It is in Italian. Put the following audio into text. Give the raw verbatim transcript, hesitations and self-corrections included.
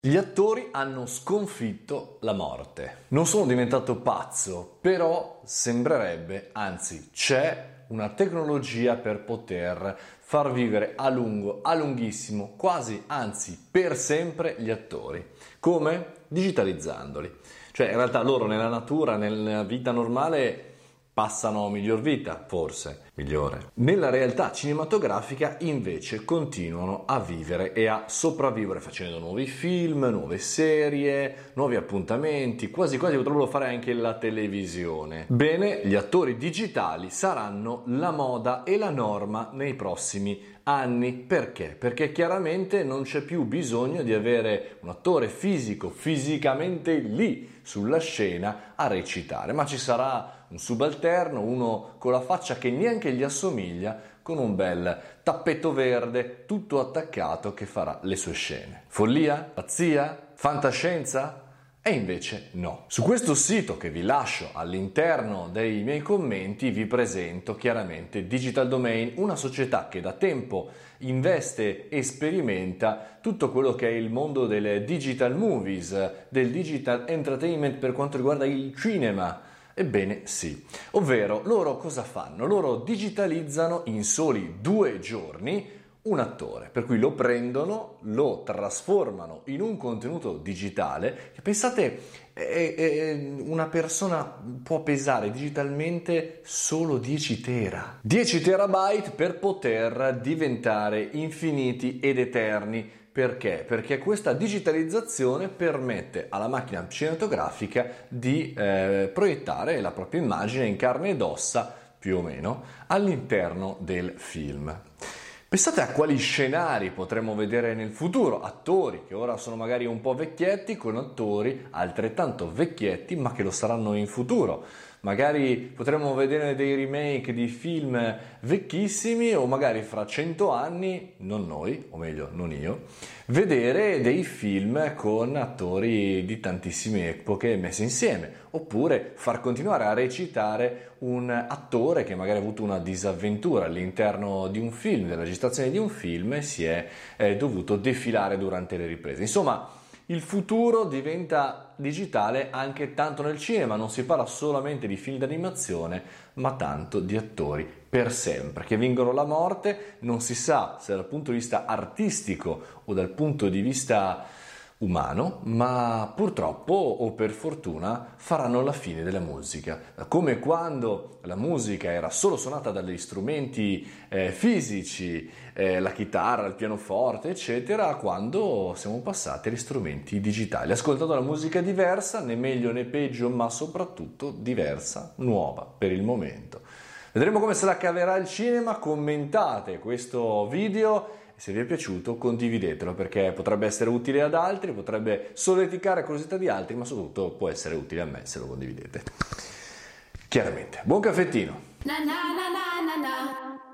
Gli attori hanno sconfitto la morte. Non sono diventato pazzo, però sembrerebbe, anzi c'è una tecnologia per poter far vivere a lungo, a lunghissimo, quasi, anzi per sempre gli attori. Come? Digitalizzandoli. Cioè in realtà loro nella natura, nella vita normale passano miglior vita, forse migliore. Nella realtà cinematografica invece continuano a vivere e a sopravvivere facendo nuovi film, nuove serie, nuovi appuntamenti, quasi quasi potrebbero fare anche la televisione. Bene, gli attori digitali saranno la moda e la norma nei prossimi anni. Perché? Perché chiaramente non c'è più bisogno di avere un attore fisico, fisicamente lì sulla scena a recitare, ma ci sarà un subalterno, uno con la faccia che neanche gli assomiglia, con un bel tappeto verde tutto attaccato che farà le sue scene. Follia? Pazzia? Fantascienza? E invece no. Su questo sito che vi lascio all'interno dei miei commenti vi presento chiaramente Digital Domain, una società che da tempo investe e sperimenta tutto quello che è il mondo delle digital movies, del digital entertainment per quanto riguarda il cinema. Ebbene sì, ovvero loro cosa fanno? Loro digitalizzano in soli due giorni un attore, per cui lo prendono, lo trasformano in un contenuto digitale che pensate è, è, una persona può pesare digitalmente solo dieci tera. dieci terabyte per poter diventare infiniti ed eterni. Perché? Perché questa digitalizzazione permette alla macchina cinematografica di eh, proiettare la propria immagine in carne ed ossa, più o meno, all'interno del film. Pensate a quali scenari potremmo vedere nel futuro, attori che ora sono magari un po' vecchietti con attori altrettanto vecchietti ma che lo saranno in futuro. Magari potremmo vedere dei remake di film vecchissimi o magari fra cento anni, non noi, o meglio non io, vedere dei film con attori di tantissime epoche messi insieme, oppure far continuare a recitare un attore che magari ha avuto una disavventura all'interno di un film, della registrazione di un film e si è eh, dovuto defilare durante le riprese. Insomma, il futuro diventa digitale anche tanto nel cinema, non si parla solamente di film d'animazione, ma tanto di attori per sempre, che vincono la morte, non si sa se dal punto di vista artistico o dal punto di vista umano, ma purtroppo o per fortuna faranno la fine della musica, come quando la musica era solo suonata dagli strumenti eh, fisici, eh, la chitarra, il pianoforte eccetera, quando siamo passati agli strumenti digitali, ascoltando la musica diversa, né meglio né peggio, ma soprattutto diversa, nuova per il momento. Vedremo come se la caverà il cinema. Commentate questo video. Se vi è piaciuto condividetelo perché potrebbe essere utile ad altri, potrebbe solleticare curiosità di altri, ma soprattutto può essere utile a me se lo condividete. Chiaramente. Buon caffettino! Na na na na na na.